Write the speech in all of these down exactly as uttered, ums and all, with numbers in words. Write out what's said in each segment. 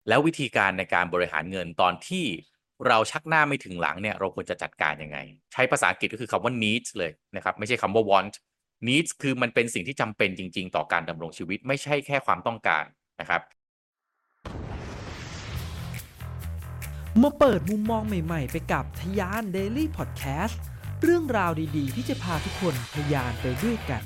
แล้ววิธีการในการบริหารเงินตอนที่เราชักหน้าไม่ถึงหลังเนี่ยเราควรจะจัดการยังไงใช้ภาษาอังกฤษก็คือคำว่า needs เลยนะครับไม่ใช่คำว่า want needs คือมันเป็นสิ่งที่จำเป็นจริงๆต่อการดำรงชีวิตไม่ใช่แค่ความต้องการนะครับมาเปิดมุมมองใหม่ๆไปกับทะยาน Daily Podcast เรื่องราวดีๆที่จะพาทุกคนทะยานไปด้วยกัน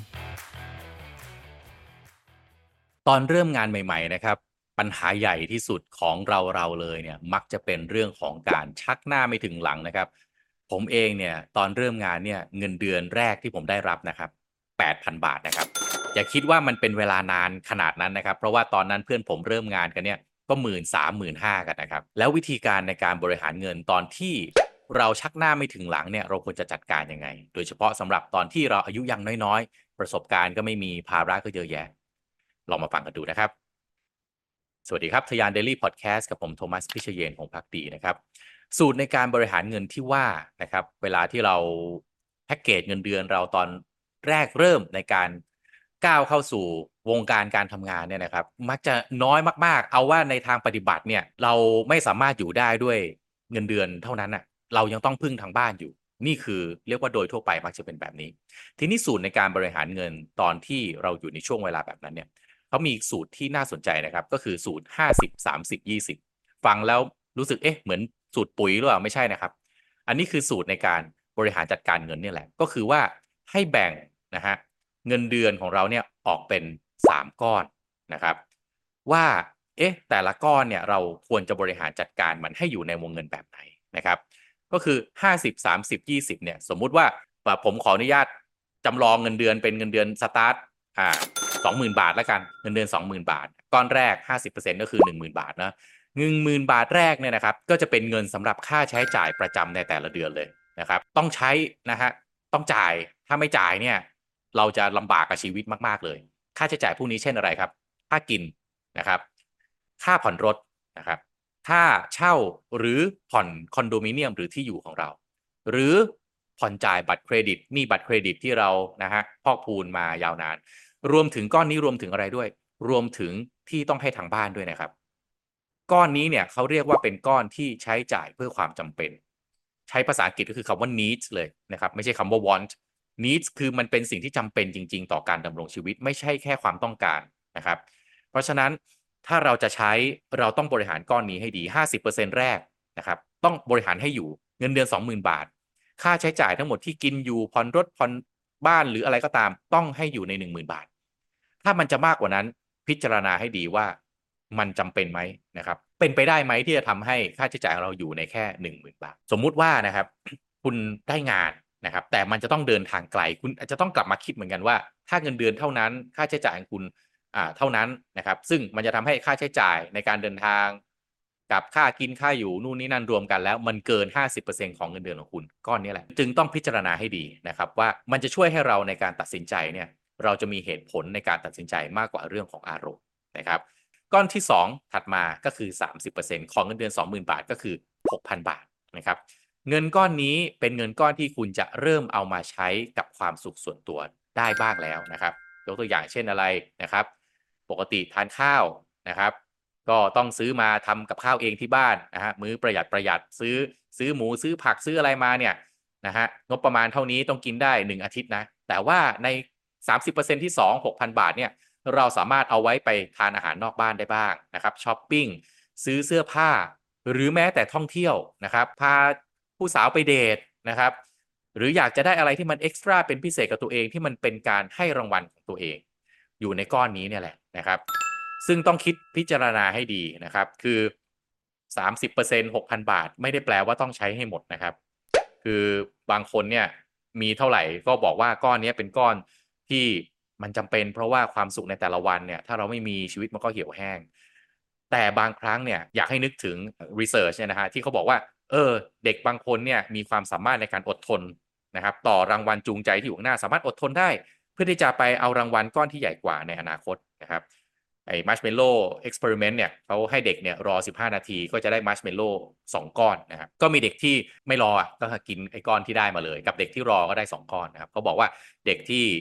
ตอนเริ่มงานใหม่ๆนะครับปัญหาใหญ่ที่สุดของเราเราเลยเนี่ยมักจะเป็นเรื่องของการชักหน้าไม่ถึงหลังนะครับผมเองเนี่ยตอนเริ่มงานเนี่ยเงินเดือนแรกที่ผมได้รับนะครับแปดพันบาทนะครับอย่าคิดว่ามันเป็นเวลานานขนาดนั้นนะครับเพราะว่าตอนนั้นเพื่อนผมเริ่มงานกันเนี่ยก็หมื่นสามหมื่นห้ากันนะครับแล้ววิธีการในการบริหารเงินตอนที่เราชักหน้าไม่ถึงหลังเนี่ยเราควรจะจัดการยังไงโดยเฉพาะสำหรับตอนที่เราอายุยังน้อยๆประสบการณ์ก็ไม่มีภาระก็เยอะแยะลองมาฟังกันดูนะครับ สวัสดีครับทยาน Daily Podcast กับผมโทมัสพิเชยนคงภักดีนะครับสูตรในการบริหารเงินที่ว่านะครับเวลาที่เราแพ็กเกจเงินเดือนเราตอนแรกเริ่มในการก้าวเข้าสู่วงการการทำงานเนี่ยนะครับมักจะน้อยมากๆเอาว่าในทางปฏิบัติเนี่ยเราไม่สามารถอยู่ได้ด้วยเงินเดือนเท่านั้นอ่ะเรายังต้องพึ่งทางบ้านอยู่นี่คือเรียกว่าโดยทั่วไปมักจะเป็นแบบนี้ทีนี้สูตรในการบริหารเงินตอนที่เราอยู่ในช่วงเวลาแบบนั้นเนี่ย เขามีสูตรที่น่าสนใจนะครับก็คือสูตรห้าสิบ สามสิบ ยี่สิบฟังแล้วรู้สึกเอ๊ะเหมือนสูตรปุ๋ยหรือเปล่าไม่ใช่นะครับอันนี้คือสูตรในการบริหารจัดการเงินเนี่ยแหละก็คือว่าให้แบ่งนะฮะเงินเดือนของเราเนี่ยออกเป็นสามก้อนนะครับว่าเอ๊ะแต่ละก้อนเนี่ยเราควรจะบริหารจัดการมันให้อยู่ในวงเงินแบบไหนนะครับก็คือห้าสิบ สามสิบ ยี่สิบเนี่ยสมมุติว่าผมขออนุญาตจำลองเงินเดือนเป็นเงินเดือนสตาร์ทอ่า สองหมื่นบาทแล้วกันเงินเดือนสองหมื่นบาทก้อนแรก ห้าสิบเปอร์เซ็นต์ ก็คือ หนึ่งหมื่นบาทนะหนึ่งหมื่นบาทแรกเนี่ยนะครับก็จะเป็นเงินสำหรับค่าใช้จ่ายประจำในแต่ละเดือนเลยนะครับต้องใช้นะฮะต้องจ่ายถ้าไม่จ่ายเนี่ยเราจะลำบากกับชีวิตมากๆเลยค่าใช้จ่ายพวกนี้เช่นอะไรครับค่ากินนะครับค่าผ่อนรถนะครับค่าเช่าหรือผ่อนคอนโดมิเนียมหรือที่อยู่ของเราหรือผ่อนจ่ายบัตรเครดิตหนี้บัตรเครดิตที่เรานะฮะพอกพูนมายาวนาน รวมถึงก้อนนี้รวมถึงอะไรด้วยรวมถึงที่ต้องให้ทางบ้านด้วยนะครับก้อนนี้เนี่ยเขาเรียกว่าเป็นก้อนที่ใช้จ่ายเพื่อความจำเป็นใช้ภาษาอังกฤษก็คือคำว่า needs เลยนะครับไม่ใช่คำว่า want needs คือมันเป็นสิ่งที่จำเป็นจริงๆต่อการดำรงชีวิตไม่ใช่แค่ความต้องการนะครับเพราะฉะนั้นถ้าเราจะใช้เราต้องบริหารก้อนนี้ให้ดีห้าสิบเปอร์เซ็นต์แรกนะครับต้องบริหารให้อยู่เงินเดือนสองหมื่นบาทค่าใช้จ่ายทั้งหมดที่กินอยู่ผ่อนรถผ่อนบ้านหรืออะไรก็ตามต้องให้อยู่ในหนึ่งหมื่นบาท ถ้ามันจะมากกว่านั้นพิจารณาให้ดีว่ามันจำเป็นไหมนะครับเป็นไปได้ไหมที่จะทำให้ค่าใช้จ่ายของเราอยู่ในแค่หนึ่งหมื่นบาทสมมุติว่านะครับคุณได้งานนะครับแต่มันจะต้องเดินทางไกลคุณอาจจะต้องกลับมาคิดเหมือนกันว่าถ้าเงินเดือนเท่านั้นค่าใช้จ่ายของคุณอ่าเท่านั้นนะครับซึ่งมันจะทำให้ค่าใช้จ่ายในการเดินทางกับค่ากินค่าอยู่นู่นนี่นั่นรวมกันแล้วมันเกินห้าสิบเปอร์เซ็นต์ของเงินเดือนของคุณก้อนนี้แหละจึงต้องพิจารณาให้ดีนะครับว่ามันจะช่วยให้เราในการตัดสินใจเนี่ย เราจะมีเหตุผลในการตัดสินใจมากกว่าเรื่องของอารมณ์นะครับก้อนที่สองถัดมาก็คือสามสิบเปอร์เซ็นต์ของเงินเดือนสองหมื่นบาทก็คือหกพันบาทนะครับเงินก้อนนี้เป็นเงินก้อนที่คุณจะเริ่มเอามาใช้กับความสุขส่วนตัวได้บ้างแล้วนะครับยกตัวอย่างเช่นอะไรนะครับปกติทานข้าวนะครับก็ต้องซื้อมาทำกับข้าวเองที่บ้านนะฮะมื้อประหยัดประหยัดซื้อซื้อหมูซื้อผักซื้ออะไรมาเนี่ยนะฮะงบประมาณเท่านี้ต้องกินได้หนึ่งอาทิตย์นะแต่ว่าในสามสิบเปอร์เซ็นต์ที่สอง หกพันบาทเนี่ยเราสามารถเอาไว้ไปทานอาหารนอกบ้านได้บ้างนะครับช้อปปิ้งซื้อเสื้อผ้าหรือแม้แต่ท่องเที่ยวนะครับพาผู้สาวไปเดทนะครับหรืออยากจะได้อะไรที่มันเอ็กซ์ตร้าเป็นพิเศษกับตัวเองที่มันเป็นการให้รางวัลของตัวเองอยู่ในก้อนนี้เนี่ยแหละนะครับซึ่งต้องคิดพิจารณาให้ดีนะครับคือสามสิบเปอร์เซ็นต์ หกพันบาทไม่ได้แปลว่าต้องใช้ให้หมดนะครับคือบางคนเนี่ยมีเท่าไหร่ก็บอกว่าก้อนนี้เป็นก้อน ที่มันจำเป็นเพราะว่าความสุขในแต่ละวันเนี่ยถ้าเราไม่มีชีวิตมันก็เหี่ยวแห้งแต่บางครั้งเนี่ยอยากให้นึกถึง research เนี่ยนะฮะที่เขาบอกว่าเออเด็กบางคนเนี่ยมีความสามารถในการอดทนนะครับต่อรางวัลจูงใจที่อยู่ข้างหน้าสามารถอดทนได้เพื่อที่จะไปเอารางวัลก้อนที่ใหญ่กว่าในอนาคตนะครับไอ้ marshmallow experiment เนี่ยเขาให้เด็กเนี่ยรอสิบห้านาทีก็จะได้ marshmallow สองก้อนนะครับก็มีเด็กที่ไม่รอก็กินไอ้ก้อนที่ได้มาเลยกับเด็กที่รอก็ได้สองก้อนนะครับเขาบอกว่าเด็กที่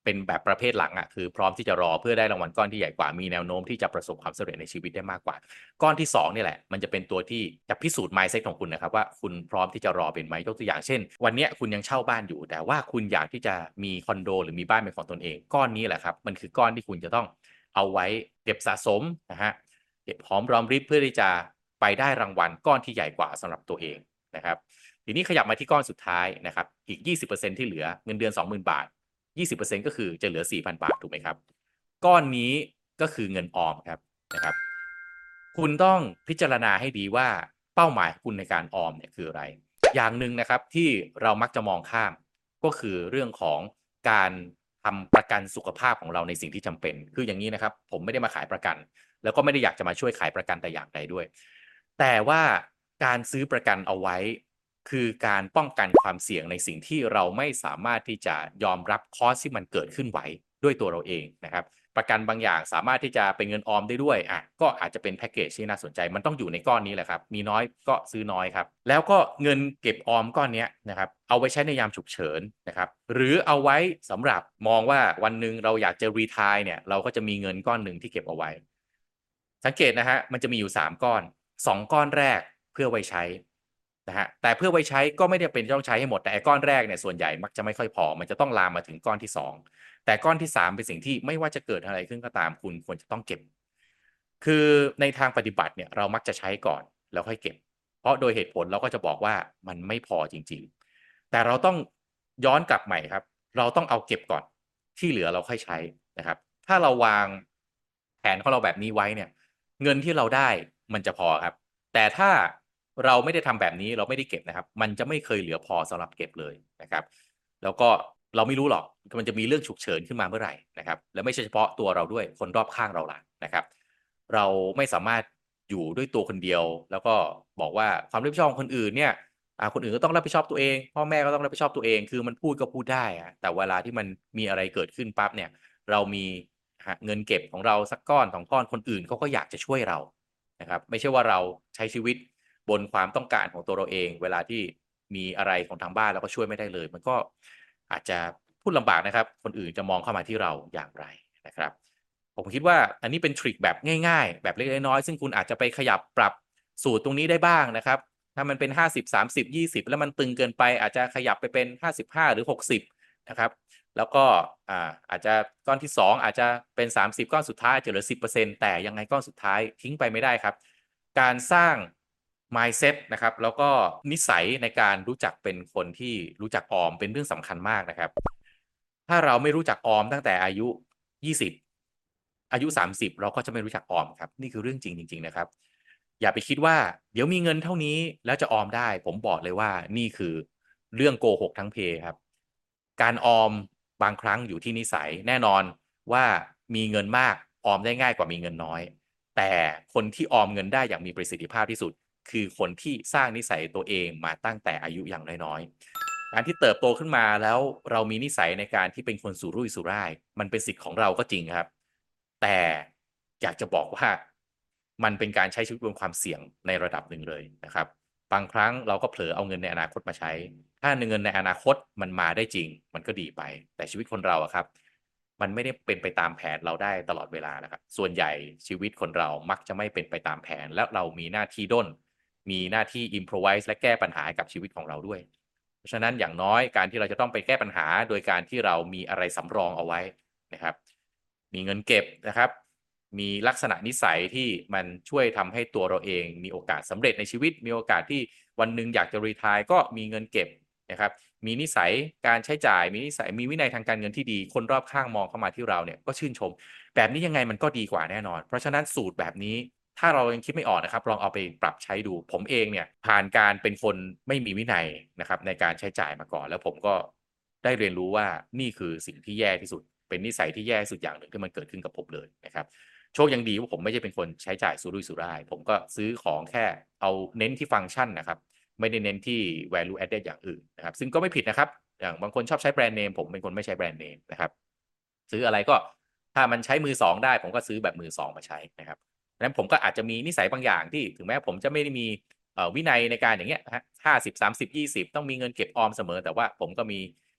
เป็นแบบประเภทหลังอะคือพร้อมที่จะรอเพื่อได้รางวัลก้อนที่ใหญ่กว่ามีแนวโน้มที่จะประสบความสำเร็จในชีวิตได้มากกว่าก้อนที่สองนี่แหละมันจะเป็นตัวที่จะพิสูจน์ mindset ของคุณนะครับว่าคุณพร้อมที่จะรอเป็นไหมยกตัวอย่างเช่นวันเนี้ยคุณยังเช่าบ้านอยู่แต่ว่าคุณอยากที่จะมีคอนโดหรือมีบ้านเป็นของตนเองก้อนนี้แหละครับมันคือก้อนที่คุณจะต้องเอาไว้เก็บสะสมนะฮะเก็บหอมรอมริบเพื่อที่จะไปได้รางวัลก้อนที่ใหญ่กว่าสำหรับตัวเองนะครับทีนี้ขยับมาที่ก้อนสุดท้ายนะครับอีก ยี่สิบเปอร์เซ็นต์ ที่เหลือเงินเดือน สองหมื่น บาท ยี่สิบเปอร์เซ็นต์ ก็คือจะเหลือ สี่พัน บาทถูกไหมครับก้อนนี้ก็คือเงินออมครับนะครับคุณต้องพิจารณาให้ดีว่าเป้าหมายของคุณในการออมเนี่ยคืออะไรอย่างหนึ่งนะครับที่เรามักจะมองข้ามก็คือเรื่องของการทำประกันสุขภาพของเราในสิ่งที่จำเป็นคืออย่างนี้นะครับผมไม่ได้มาขายประกันแล้วก็ไม่ได้อยากจะมาช่วยขายประกันแต่อย่างใดด้วยแต่ว่าการซื้อประกันเอาไว้คือการป้องกันความเสี่ยงในสิ่งที่เราไม่สามารถที่จะยอมรับคอสที่มันเกิดขึ้นไหวด้วยตัวเราเองนะครับประกันบางอย่างสามารถที่จะเป็นเงินออมได้ด้วยอ่ะก็อาจจะเป็นแพ็กเกจที่น่าสนใจมันต้องอยู่ในก้อนนี้แหละครับมีน้อยก็ซื้อน้อยครับแล้วก็เงินเก็บออมก้อนนี้นะครับเอาไว้ใช้ในยามฉุกเฉินนะครับหรือเอาไว้สำหรับมองว่าวันหนึ่งเราอยากจะรีไทร์เนี่ยเราก็จะมีเงินก้อนหนึ่งที่เก็บเอาไว้สังเกตนะฮะมันจะมีอยู่สามก้อนสองก้อนแรกเพื่อไว้ใช้นะฮะแต่เพื่อไว้ใช้ก็ไม่ได้เป็นต้องใช้ให้หมดแต่ก้อนแรกเนี่ยส่วนใหญ่มักจะไม่ค่อยพอมันจะต้องลามมาถึงก้อนที่สองแต่ก้อนที่สามเป็นสิ่งที่ไม่ว่าจะเกิดอะไรขึ้นก็ตามคุณควรจะต้องเก็บคือในทางปฏิบัติเนี่ยเรามักจะใช้ก่อนแล้วค่อยเก็บเพราะโดยเหตุผลเราก็จะบอกว่ามันไม่พอจริงๆแต่เราต้องย้อนกลับใหม่ครับเราต้องเอาเก็บก่อนที่เหลือเราค่อยใช้นะครับถ้าเราวางแผนของเราแบบนี้ไว้เนี่ยเงินที่เราได้มันจะพอครับแต่ถ้าเราไม่ได้ทำแบบนี้เราไม่ได้เก็บนะครับมันจะไม่เคยเหลือพอสำหรับเก็บเลยนะครับแล้วก็เราไม่รู้หรอกมันจะมีเรื่องฉุกเฉินขึ้นมาเมื่อไหร่นะครับและไม่ใช่เฉพาะตัวเราด้วยคนรอบข้างเราล่ะนะครับเราไม่สามารถอยู่ด้วยตัวคนเดียวแล้วก็บอกว่าความรับผิดชอบของคนอื่นเนี่ยอ่าคนอื่นก็ต้องรับผิดชอบตัวเองพ่อแม่ก็ต้องรับผิดชอบตัวเองคือมันพูดก็พูดได้อะแต่เวลาที่มันมีอะไรเกิดขึ้นปั๊บเนี่ยเรามีหาเงินเก็บของเราสักก้อนสองก้อนคนอื่นเขาก็อยากจะช่วยเรานะครับไม่ใช่ว่าเราใช้ชีวิตบนความต้องการของตัวเราเองเวลาที่มีอะไรของทางบ้านเราก็ช่วยไม่ได้เลยมันก็อาจจะพูดลำบากนะครับคนอื่นจะมองเข้ามาที่เราอย่างไรนะครับผมคิดว่าอันนี้เป็นทริคแบบง่ายๆแบบเล็กๆน้อยๆซึ่งคุณอาจจะไปขยับปรับสูตรตรงนี้ได้บ้างนะครับถ้ามันเป็นห้าสิบ สามสิบ ยี่สิบแล้วมันตึงเกินไปอาจจะขยับไปเป็นห้าสิบห้าหรือหกสิบนะครับแล้วก็อ่าอาจจะก้อนที่สองอาจจะเป็นสามสิบก้อนสุดท้ายจะเหลือสิบเปอร์เซ็นต์แต่ยังไงก้อนสุดท้ายทิ้งไปไม่ได้ครับการสร้าง mindset นะครับแล้วก็นิสัยในการรู้จักเป็นคนที่รู้จักออมเป็นเรื่องสำคัญมากนะครับถ้าเราไม่รู้จักออมตั้งแต่อายุยี่สิบอายุสามสิบเราก็จะไม่รู้จักออมครับนี่คือเรื่องจริงจริงๆนะครับอย่าไปคิดว่าเดี๋ยวมีเงินเท่านี้แล้วจะออมได้ผมบอกเลยว่านี่คือเรื่องโกหกทั้งเพครับการออมบางครั้งอยู่ที่นิสัยแน่นอนว่ามีเงินมากออมได้ง่ายกว่ามีเงินน้อยแต่คนที่ออมเงินได้อย่างมีประสิทธิภาพที่สุด คือคนที่สร้างนิสัยตัวเองมาตั้งแต่อายุอย่างน้อยๆการที่เติบโตขึ้นมาแล้วเรามีนิสัยในการที่เป็นคนสุรุ่ยสุร่ายมันเป็นสิทธิ์ของเราก็จริงครับแต่อยากจะบอกว่ามันเป็นการใช้ชีวิตบนความเสี่ยงในระดับหนึ่งเลยนะครับบางครั้งเราก็เผลอเอาเงินในอนาคตมาใช้ถ้าเงินในอนาคตมันมาได้จริงมันก็ดีไปแต่ชีวิตคนเราอะครับมันไม่ได้เป็นไปตามแผนเราได้ตลอดเวลานะครับส่วนใหญ่ชีวิตคนเรามักจะไม่เป็นไปตามแผนและเรามีหน้าที่ด้น มีหน้าที่ improvise และแก้ปัญหากับชีวิตของเราด้วย เพราะฉะนั้นอย่างน้อยการที่เราจะต้องไปแก้ปัญหาโดยการที่เรามีอะไรสำรองเอาไว้นะครับมีเงินเก็บนะครับมีลักษณะนิสัยที่มันช่วยทำให้ตัวเราเองมีโอกาสสำเร็จในชีวิตมีโอกาสที่วันหนึ่งอยากจะรีไทร์ก็มีเงินเก็บนะครับมีนิสัยการใช้จ่ายมีนิสัยมีวินัยทางการเงินที่ดีคนรอบข้างมองเข้ามาที่เราเนี่ยก็ชื่นชมแบบนี้ยังไงมันก็ดีกว่าแน่นอนเพราะฉะนั้นสูตรแบบนี้ ถ้าเรายังคิดไม่ออกนะครับลองเอาไปปรับใช้ดูผมเองเนี่ยผ่านการเป็นคนไม่มีวินัยนะครับในการใช้จ่ายมาก่อนแล้วผมก็ได้เรียนรู้ว่านี่คือสิ่งที่แย่ที่สุดเป็นนิสัยที่แย่ที่สุดอย่างหนึ่งที่มันเกิดขึ้นกับผมเลยนะครับโชคยังดีว่าผมไม่ใช่เป็นคนใช้จ่ายสุรุ่ยสุร่ายผมก็ซื้อของแค่เอาเน้นที่ฟังก์ชันนะครับไม่ได้เน้นที่ value added อย่างอื่นนะครับซึ่งก็ไม่ผิดนะครับอย่างบางคนชอบใช้แบรนด์เนมผมเป็นคนไม่ใช้แบรนด์เนมนะครับซื้ออะไรก็ถ้ามันใช้มือสองได้ผมก็ซื้อแบบมือสองมาใช้นะครับ ดังนั้นผมก็อาจจะมีนิสัยบางอย่างที่ถึงแม้ผมจะไม่ได้มีวินัยในการอย่างเงี้ยฮะห้าสิบสามสิบยี่สิบต้องมีเงินเก็บออมเสมอแต่ว่าผมก็มี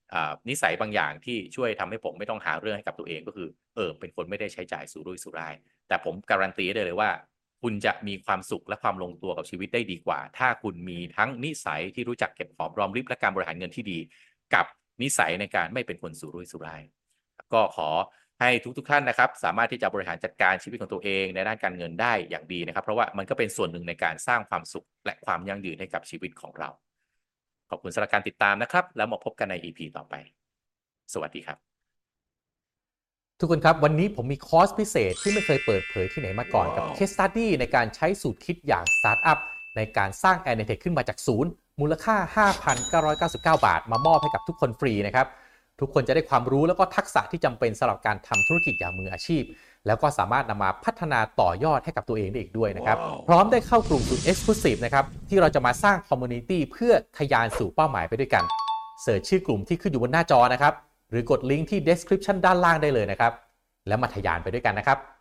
อ่านิสัยบางอย่างที่ช่วยทำให้ผมไม่ต้องหาเรื่องให้กับตัวเองก็คือเออเป็นคนไม่ได้ใช้จ่ายสุรุ่ยสุร่ายแต่ผมการันตีได้เลยว่าคุณจะมีความสุขและความลงตัวกับชีวิตได้ดีกว่าถ้าคุณมีทั้งนิสัยที่รู้จักเก็บหอมรอมริบและการบริหารเงินที่ดีกับนิสัยในการไม่เป็นคนสุรุ่ยสุร่ายก็ขอให้ทุกๆท่านนะครับสามารถที่จะบริหารจัดการชีวิตของตัวเองในด้านการเงินได้อย่างดีนะครับเพราะว่ามันก็เป็นส่วนหนึ่งในการสร้างความสุขและความยั่งยืนให้กับชีวิตของเราขอบคุณสำหรับการติดตามนะครับแล้วมาพบกันใน อี พี ต่อไปสวัสดีครับทุกคนครับวันนี้ผมมีคอร์สพิเศษที่ไม่เคยเปิดเผยที่ไหนมาก่อนกับ Case Study ในการใช้สูตรคิดอย่างสตาร์ทอัพในการสร้าง Anitech ขึ้นมาจากศูนย์มูลค่า ห้าพันเก้าร้อยเก้าสิบเก้า บาทมามอบให้กับทุกคนฟรีนะครับทุกคนจะได้ความรู้แล้วก็ทักษะที่จำเป็นสำหรับการทำธุรกิจอย่างมืออาชีพแล้วก็สามารถนำมาพัฒนาต่อยอดให้กับตัวเองได้อีกด้วยนะครับ wow. พร้อมได้เข้ากลุ่มสุด Exclusive นะครับที่เราจะมาสร้าง Community เพื่อทะยานสู่เป้าหมายไปด้วยกันเสิร์ชชื่อกลุ่มที่ขึ้นอยู่บนหน้าจอนะครับหรือกดลิงก์ที่ Description ด้านล่างได้เลยนะครับแล้วมาทะยานไปด้วยกันนะครับ